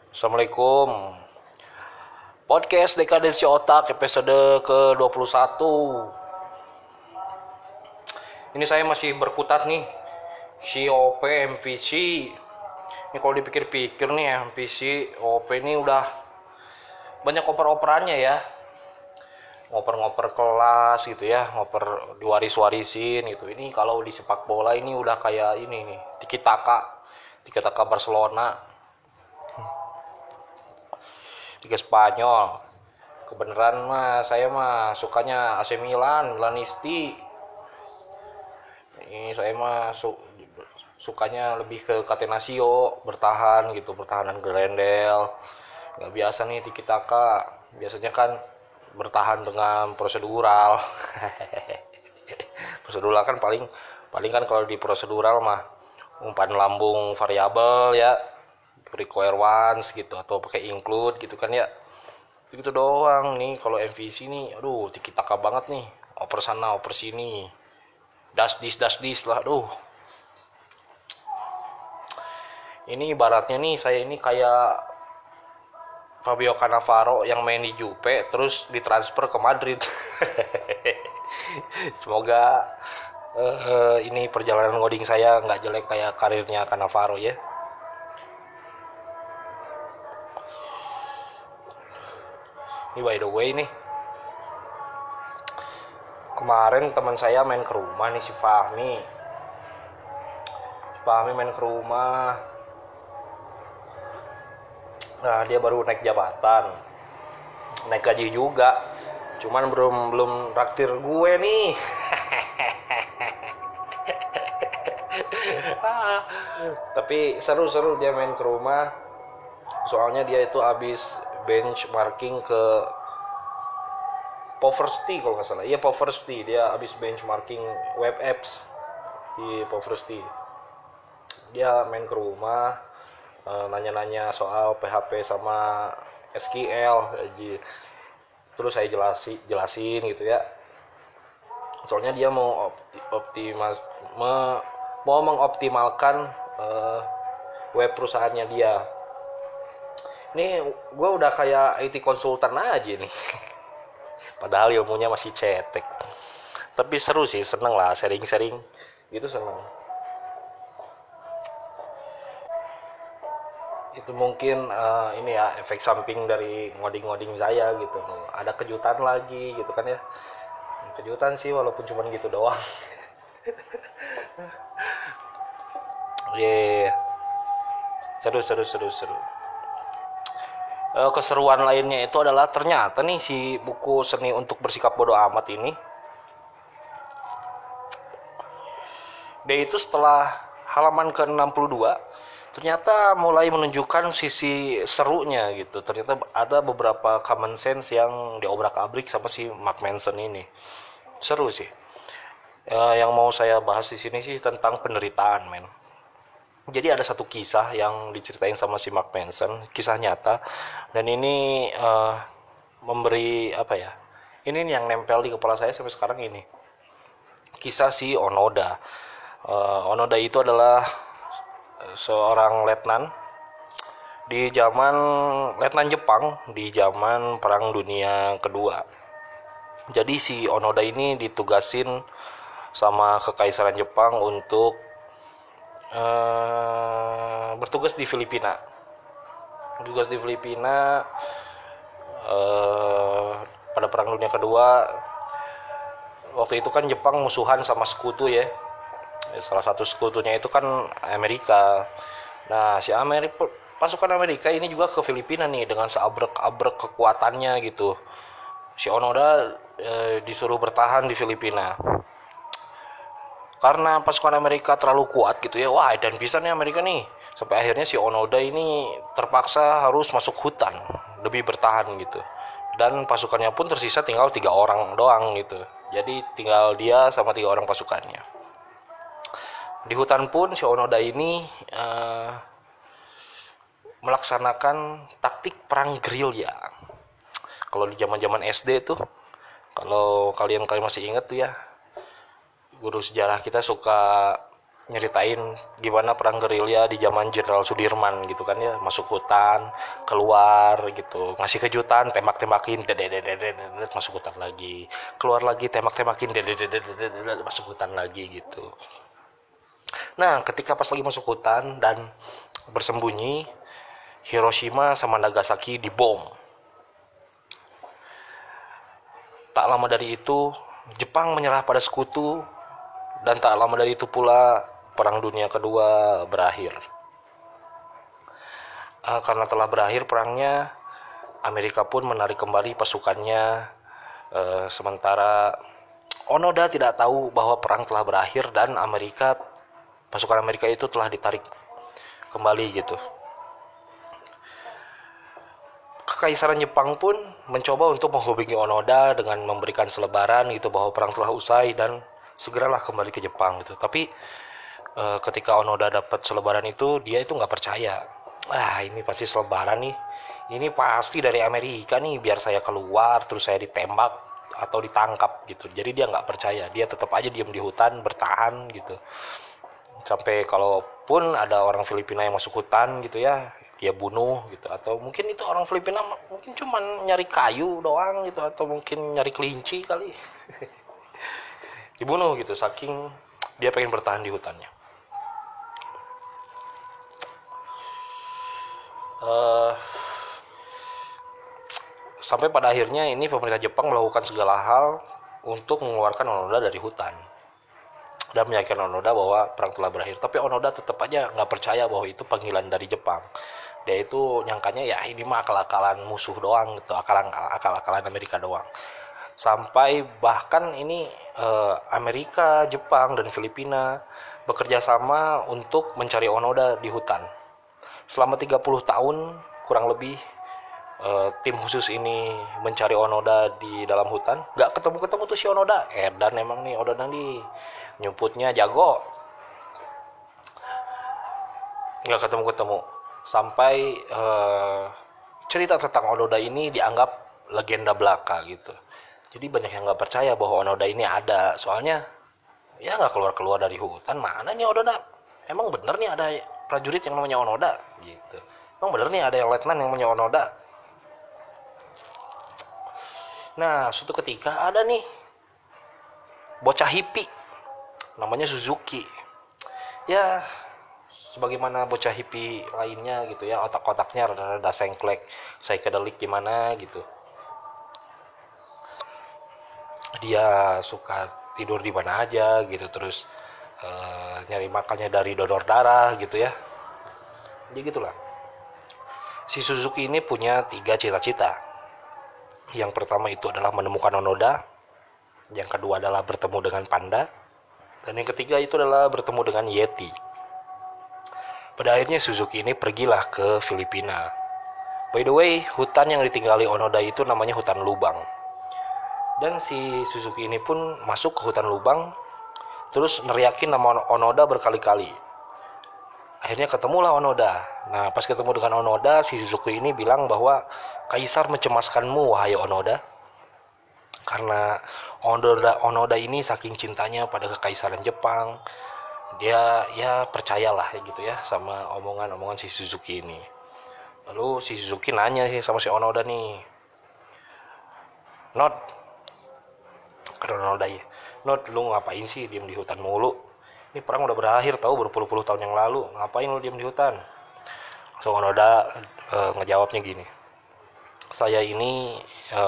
Assalamualaikum. Podcast Dekadensi Otak episode ke-21. Ini saya masih berkutat nih. COP, MVC. Ini kalau dipikir-pikir nih MVC, OP ini udah banyak oper-operannya ya. Ngoper-ngoper kelas gitu ya, ngoper diwaris-warisin gitu. Ini kalau di sepak bola ini udah kayak ini nih, tiki-taka Barcelona, Liga Spanyol. Kebenaran mah saya mah sukanya AC Milan, Milanisti. Ini saya mah sukanya lebih ke Catenaccio, bertahan gitu, pertahanan Grendel. Nggak biasa nih tiki taka. Biasanya kan bertahan dengan prosedural. Prosedural kan paling paling kan kalau di prosedural mah umpan lambung variabel ya, require once gitu atau pakai include gitu kan ya. Gitu doang nih. Kalau MVC nih aduh tiki taka banget nih, oper sana oper sini, das dis lah. Aduh, ini ibaratnya nih saya ini kayak Fabio Cannavaro yang main di Juve terus ditransfer ke Madrid. Semoga ini perjalanan ngoding saya nggak jelek kayak karirnya Cannavaro ya. Ini by the way nih, kemarin teman saya main ke rumah nih, si Fahmi main ke rumah. Nah, dia baru naik jabatan, naik gaji juga, cuman belum traktir gue nih. Tapi seru dia main ke rumah, soalnya dia itu abis benchmarking ke Poverty kalau nggak salah. Iya, Poverty, dia abis benchmarking web apps di Poverty. Dia main ke rumah, nanya-nanya soal PHP sama SQL. Terus saya jelasin gitu ya. Soalnya dia mau mau mengoptimalkan web perusahaannya dia. Ini gue udah kayak IT konsultan aja nih. Padahal ilmunya masih cetek. Tapi seru sih, seneng lah sharing-sharing gitu, seneng. Itu mungkin ini ya efek samping dari ngoding-ngoding saya gitu. Ada kejutan lagi gitu kan ya. Kejutan sih walaupun cuma gitu doang. Yeah. Seru. Keseruan lainnya itu adalah ternyata nih si buku Seni untuk Bersikap Bodoh Amat ini, dia itu setelah halaman ke-62 ternyata mulai menunjukkan sisi serunya gitu. Ternyata ada beberapa common sense yang diobrak-abrik sama si Mark Manson ini. Seru sih. Yang mau saya bahas di sini sih tentang penderitaan, men. Jadi ada satu kisah yang diceritain sama si Mark Manson, kisah nyata, dan ini memberi apa ya? Ini yang nempel di kepala saya sampai sekarang ini. Kisah si Onoda. Onoda itu adalah seorang letnan di zaman letnan Jepang di zaman Perang Dunia Kedua. Jadi si Onoda ini ditugasin sama Kekaisaran Jepang untuk bertugas di Filipina. Pada Perang Dunia Kedua. Waktu itu kan Jepang musuhan sama sekutu ya. Salah satu sekutunya itu kan Amerika. Nah, pasukan Amerika ini juga ke Filipina nih dengan seabrek-abrek kekuatannya gitu. Si Onoda disuruh bertahan di Filipina. Karena pasukan Amerika terlalu kuat gitu ya. Wah, dan bisa nih Amerika nih. Sampai akhirnya si Onoda ini terpaksa harus masuk hutan demi bertahan gitu. Dan pasukannya pun tersisa tinggal 3 orang doang gitu. Jadi tinggal dia sama 3 orang pasukannya. Di hutan pun si Onoda ini melaksanakan taktik perang gerilya. Kalau di zaman-zaman SD tuh, kalau kalian masih ingat tuh ya, guru sejarah kita suka nyeritain gimana perang gerilya di zaman Jenderal Sudirman gitu kan ya, masuk hutan, keluar gitu, ngasih kejutan, tembak-tembakin, masuk hutan lagi, keluar lagi, tembak-tembakin, masuk hutan lagi gitu. Nah, ketika pas lagi masuk hutan dan bersembunyi, Hiroshima sama Nagasaki dibom. Tak lama dari itu, Jepang menyerah pada sekutu, dan tak lama dari itu pula Perang Dunia Kedua berakhir. Karena telah berakhir perangnya, Amerika pun menarik kembali pasukannya. Sementara Onoda tidak tahu bahwa perang telah berakhir dan pasukan Amerika itu telah ditarik kembali gitu. Kekaisaran Jepang pun mencoba untuk menghubungi Onoda dengan memberikan selebaran gitu bahwa perang telah usai dan segeralah kembali ke Jepang gitu. Tapi ketika Onoda dapat selebaran itu, dia itu nggak percaya. Ini pasti selebaran nih, ini pasti dari Amerika nih, biar saya keluar terus saya ditembak atau ditangkap gitu. Jadi dia nggak percaya, dia tetap aja diam di hutan bertahan gitu. Sampai kalaupun ada orang Filipina yang masuk hutan gitu ya, dia bunuh gitu. Atau mungkin itu orang Filipina mungkin cuman nyari kayu doang gitu, atau mungkin nyari kelinci kali. Dibunuh gitu, saking dia pengen bertahan di hutannya. Sampai pada akhirnya ini pemerintah Jepang melakukan segala hal untuk mengeluarkan Onoda dari hutan dan meyakinkan Onoda bahwa perang telah berakhir. Tapi Onoda tetap aja nggak percaya bahwa itu panggilan dari Jepang. Dia itu nyangkanya ya ini mah akal-akalan musuh doang gitu, akal-akalan Amerika doang. Sampai bahkan ini Amerika, Jepang, dan Filipina bekerja sama untuk mencari Onoda di hutan. Selama 30 tahun kurang lebih tim khusus ini mencari Onoda di dalam hutan. Gak ketemu-ketemu tuh si Onoda. Dan emang nih Onoda nih nyumputnya jago. Gak ketemu-ketemu. Sampai cerita tentang Onoda ini dianggap legenda belaka gitu. Jadi banyak yang gak percaya bahwa Onoda ini ada. Soalnya ya gak keluar-keluar dari hutan. Mana nih Onoda? Emang bener nih ada prajurit yang namanya Onoda gitu. Emang bener nih ada yang letnan yang namanya Onoda. Nah, suatu ketika ada nih bocah hippie namanya Suzuki. Ya, sebagaimana bocah hippie lainnya gitu ya, otak-otaknya rada-rada sengklek, psychedelic gimana gitu. Dia suka tidur di mana aja gitu, terus nyari makannya dari donor darah gitu ya. Jadi gitulah. Si Suzuki ini punya 3 cita-cita. Yang pertama itu adalah menemukan Onoda, yang kedua adalah bertemu dengan panda, dan yang ketiga itu adalah bertemu dengan Yeti. Pada akhirnya Suzuki ini pergilah ke Filipina. By the way, hutan yang ditinggali Onoda itu namanya hutan lubang. Dan si Suzuki ini pun masuk ke hutan lubang, terus neriakin nama Onoda berkali-kali. Akhirnya ketemulah Onoda. Nah, pas ketemu dengan Onoda, si Suzuki ini bilang bahwa Kaisar mencemaskanmu, wahai Onoda. Karena Onoda ini saking cintanya pada kekaisaran Jepang, dia ya percayalah gitu ya sama omongan-omongan si Suzuki ini. Lalu si Suzuki nanya sih sama si Onoda nih, Not, kata Onoda ya, Not, lu ngapain sih diem di hutan mulu? Ini perang udah berakhir tahu berpuluh-puluh tahun yang lalu, ngapain lu diem di hutan? So Onoda ngejawabnya gini, saya ini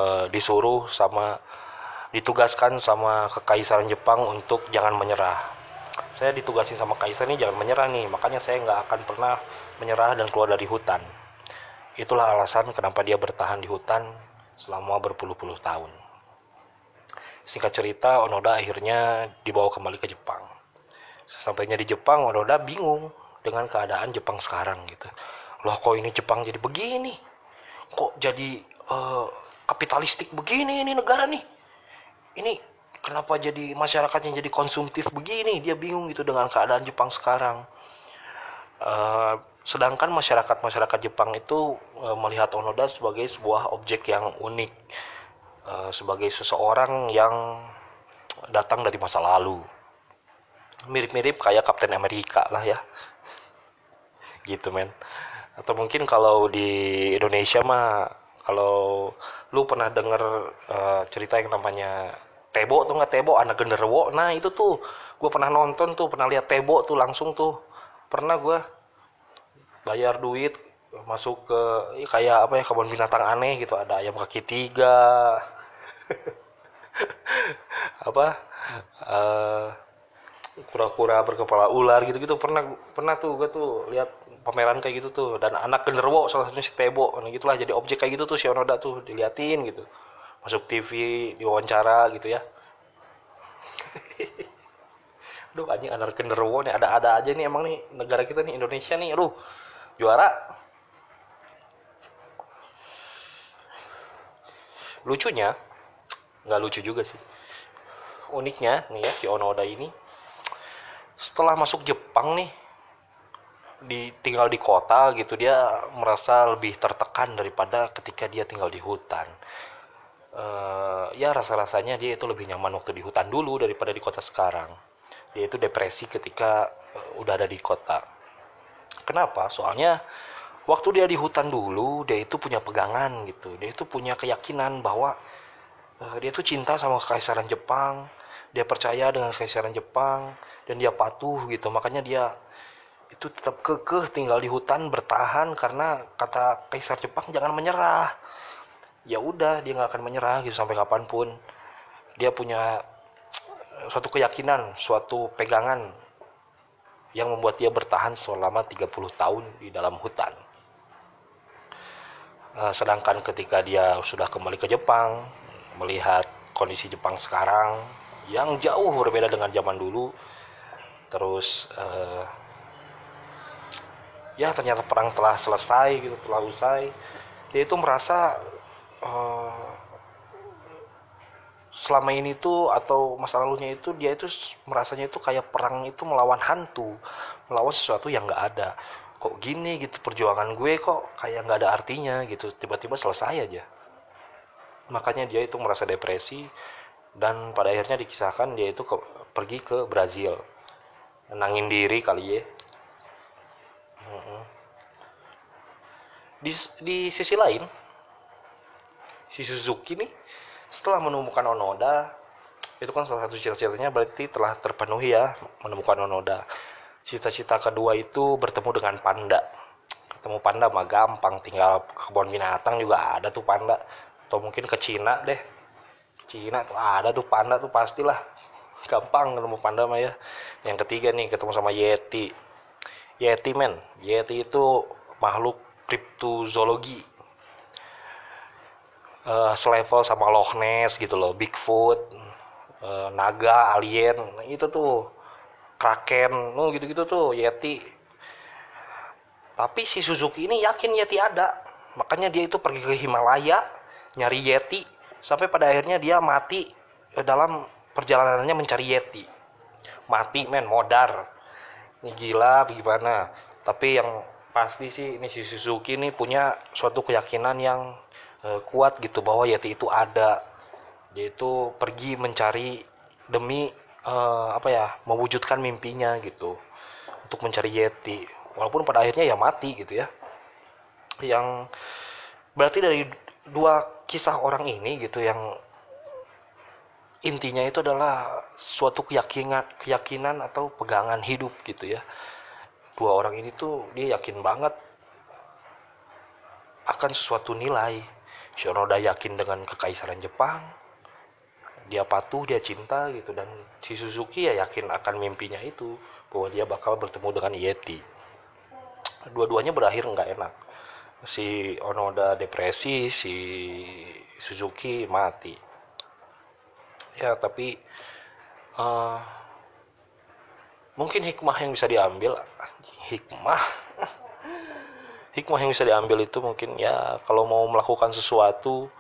ditugaskan sama kekaisaran Jepang untuk jangan menyerah. Saya ditugasin sama kaisar nih jangan menyerah nih, makanya saya nggak akan pernah menyerah dan keluar dari hutan. Itulah alasan kenapa dia bertahan di hutan selama berpuluh-puluh tahun. Singkat cerita, Onoda akhirnya dibawa kembali ke Jepang. Sesampainya di Jepang, Onoda bingung dengan keadaan Jepang sekarang gitu. Loh, kok ini Jepang jadi begini? Kok jadi kapitalistik begini ini negara nih? Ini kenapa jadi masyarakatnya jadi konsumtif begini? Dia bingung gitu dengan keadaan Jepang sekarang. Sedangkan masyarakat Jepang itu melihat Onoda sebagai sebuah objek yang unik, sebagai seseorang yang datang dari masa lalu. mirip-mirip kayak Kapten Amerika lah ya, gitu men. Atau mungkin kalau di Indonesia mah, kalau lu pernah denger cerita yang namanya Tebo tuh nggak, Tebo anak genderuwo, nah itu tuh gue pernah nonton tuh, pernah lihat Tebo tuh langsung tuh, pernah gue bayar duit masuk ke kayak apa ya, kebun binatang aneh gitu, ada ayam kaki tiga, apa eh, kura-kura berkepala ular gitu-gitu, pernah pernah tuh gue tuh lihat pameran kayak gitu tuh, dan anak genderuwo salah satunya si Tebo, nah gitulah jadi objek kayak gitu tuh si Onoda tuh diliatin gitu, masuk TV, diwawancara gitu ya. Aduh anjing, anak genderuwo nih ada-ada aja nih emang nih negara kita nih Indonesia nih, aduh juara. Lucunya, nggak lucu juga sih, uniknya nih ya si Onoda ini setelah masuk Jepang nih, tinggal di kota gitu, dia merasa lebih tertekan daripada ketika dia tinggal di hutan. Ya rasa-rasanya dia itu lebih nyaman waktu di hutan dulu daripada di kota sekarang. Dia itu depresi ketika udah ada di kota. Kenapa? Soalnya waktu dia di hutan dulu, dia itu punya pegangan gitu. Dia itu punya keyakinan bahwa dia tuh cinta sama kekaisaran Jepang. Dia percaya dengan kekaisaran Jepang dan dia patuh gitu. Makanya dia itu tetap kekeh tinggal di hutan bertahan karena kata kaisar Jepang jangan menyerah. Ya udah dia nggak akan menyerah gitu sampai kapanpun. Dia punya suatu keyakinan, suatu pegangan yang membuat dia bertahan selama 30 tahun di dalam hutan. Sedangkan ketika dia sudah kembali ke Jepang, melihat kondisi Jepang sekarang yang jauh berbeda dengan zaman dulu, terus ya ternyata perang telah selesai gitu, telah usai, dia itu merasa eh, selama ini tuh atau masa lalunya itu dia itu merasanya itu kayak perang itu melawan hantu, melawan sesuatu yang nggak ada. Kok gini gitu, perjuangan gue kok kayak nggak ada artinya gitu, tiba-tiba selesai aja. Makanya dia itu merasa depresi, dan pada akhirnya dikisahkan dia itu pergi ke Brazil, nenangin diri kali ya. Di sisi lain, si Suzuki nih setelah menemukan Onoda, itu kan salah satu cita-citanya berarti telah terpenuhi ya, menemukan Onoda. Cita-cita kedua itu bertemu dengan panda. Ketemu panda mah gampang, tinggal ke kebun binatang juga ada tuh panda. Atau mungkin ke Cina deh, Cina tuh ada tuh panda tuh pastilah, gampang ketemu panda mah ya. Yang ketiga nih ketemu sama Yeti. Yeti men, Yeti itu makhluk kriptozoologi, selevel sama Loch Ness gitu loh, Bigfoot, naga, alien, nah, itu tuh kraken, gitu-gitu tuh Yeti. Tapi si Suzuki ini yakin Yeti ada, makanya dia itu pergi ke Himalaya nyari Yeti sampai pada akhirnya dia mati dalam perjalanannya mencari Yeti. Mati men, modar. Ini gila bagaimana? Tapi yang pasti sih ini si Suzuki ini punya suatu keyakinan yang kuat gitu bahwa Yeti itu ada. Dia itu pergi mencari demi apa ya, mewujudkan mimpinya gitu, untuk mencari Yeti. Walaupun pada akhirnya ya mati gitu ya. Yang berarti dari dua kisah orang ini gitu, yang intinya itu adalah suatu keyakinan atau pegangan hidup gitu ya. Dua orang ini tuh dia yakin banget akan sesuatu nilai. Shinoda yakin dengan kekaisaran Jepang, dia patuh, dia cinta gitu, dan si Suzuki ya yakin akan mimpinya itu, bahwa dia bakal bertemu dengan Yeti. Dua-duanya berakhir nggak enak. Si Onoda depresi, si Suzuki mati. Ya tapi uh, mungkin hikmah yang bisa diambil, hikmah hikmah yang bisa diambil itu mungkin ya, kalau mau melakukan sesuatu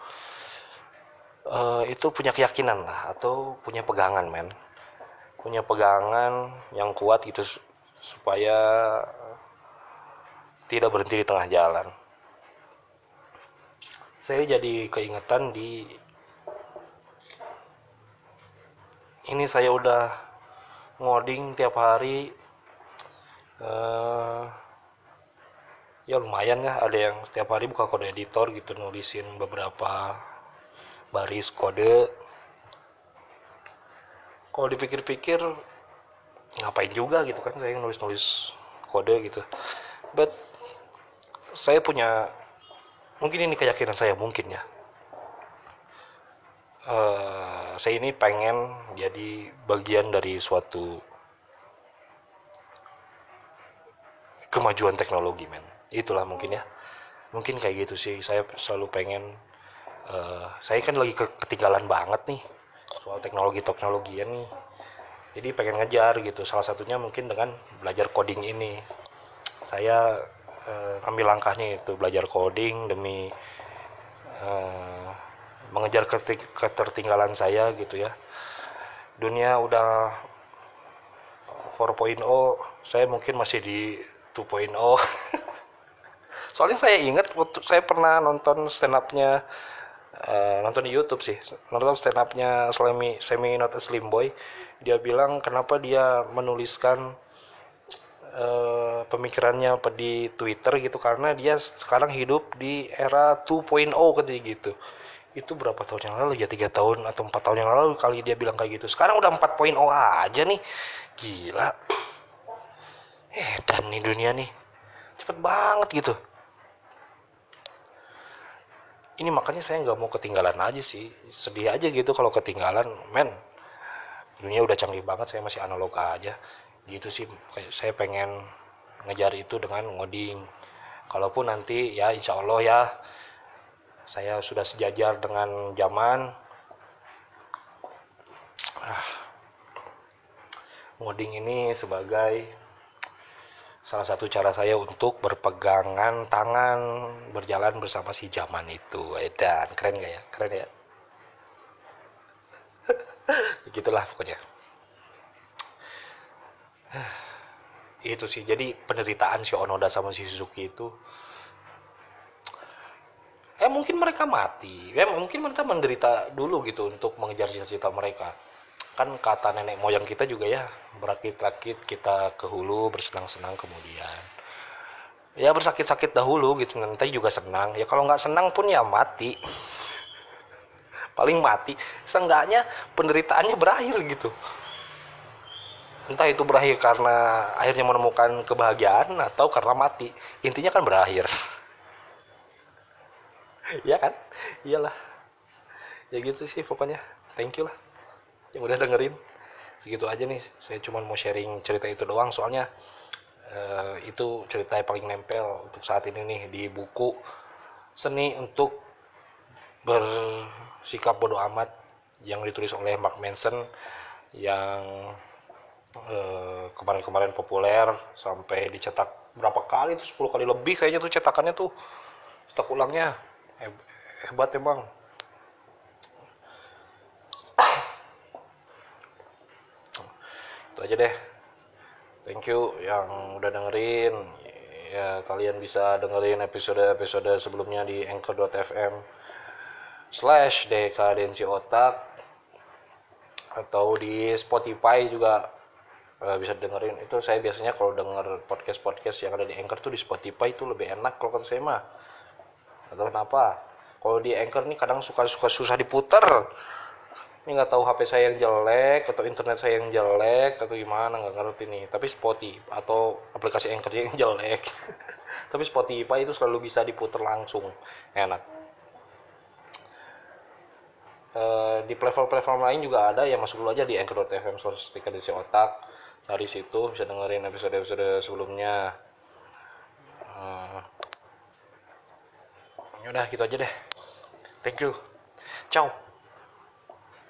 itu punya keyakinan lah, atau punya pegangan men, punya pegangan yang kuat gitu, supaya tidak berhenti di tengah jalan. Saya jadi keingetan ini saya udah ngoding tiap hari. Ya lumayan ya, ada yang tiap hari buka kode editor gitu, nulisin beberapa baris kode. Kalau dipikir-pikir ngapain juga gitu kan saya nulis-nulis kode gitu. But saya punya, mungkin ini keyakinan saya mungkin ya, saya ini pengen jadi bagian dari suatu kemajuan teknologi, men. Itulah mungkin ya, mungkin kayak gitu sih. Saya selalu pengen, saya kan lagi ketinggalan banget nih soal teknologian nih, jadi pengen ngejar gitu. Salah satunya mungkin dengan belajar coding ini. Saya ambil langkahnya itu belajar coding demi mengejar ketertinggalan saya gitu ya. Dunia udah 4.0, saya mungkin masih di 2.0. Soalnya saya ingat waktu saya pernah nonton stand up-nya, nonton di YouTube sih, nonton stand up-nya Semi Not a Slim Boy. Dia bilang kenapa dia menuliskan pemikirannya di Twitter gitu, karena dia sekarang hidup di era 2.0 katanya gitu. Itu berapa tahun yang lalu ya, 3 tahun atau 4 tahun yang lalu kali dia bilang kayak gitu. Sekarang udah 4.0 aja nih, gila. Dan nih dunia nih cepet banget gitu. Ini makanya saya nggak mau ketinggalan aja sih, sedih aja gitu kalau ketinggalan, men. Dunia udah canggih banget, saya masih analog aja gitu sih. Saya pengen ngejar itu dengan ngoding. Kalaupun nanti ya insya Allah ya saya sudah sejajar dengan zaman, ngoding ini sebagai salah satu cara saya untuk berpegangan tangan berjalan bersama si zaman itu. Dan keren gak ya? Keren ya? Gitulah pokoknya. Itu sih, jadi penderitaan si Onoda sama si Suzuki itu, mungkin mereka mati, mungkin mereka menderita dulu gitu untuk mengejar cita-cita mereka. Kan kata nenek moyang kita juga ya, berakit-rakit kita ke hulu, bersenang-senang kemudian. Ya bersakit-sakit dahulu gitu, nanti juga senang. Ya kalau nggak senang pun ya mati. Paling mati, seenggaknya penderitaannya berakhir gitu. Entah itu berakhir karena akhirnya menemukan kebahagiaan atau karena mati. Intinya kan berakhir. Ya kan? Iyalah. Ya gitu sih pokoknya. Thank you lah yang udah dengerin. Segitu aja nih. Saya cuma mau sharing cerita itu doang. Soalnya itu cerita yang paling nempel untuk saat ini nih di buku Seni untuk Bersikap Bodoh Amat yang ditulis oleh Mark Manson, yang kemarin-kemarin populer sampai dicetak berapa kali tuh, 10 kali lebih kayaknya tuh cetakannya tuh, cetak ulangnya. Hebat emang. Itu aja deh. Thank you yang udah dengerin. Ya kalian bisa dengerin episode-episode sebelumnya di anchor.fm/dekadensi otak, atau di Spotify juga bisa dengerin. Itu saya biasanya kalau denger podcast yang ada di Anchor tuh di Spotify itu lebih enak kalau kata saya mah. Atau kenapa? Kalau di Anchor nih kadang suka susah diputer. Ini nggak tahu HP saya yang jelek atau internet saya yang jelek atau gimana, nggak ngerti nih. Tapi Spotify atau aplikasi Anchor yang jelek. Tapi Spotify itu selalu bisa diputer langsung, enak. Di platform lain juga ada, ya masuk dulu aja di anchor.fm/dekadensi otak. Dari situ bisa dengerin episode-episode sebelumnya. Udah gitu aja deh. Thank you. Ciao.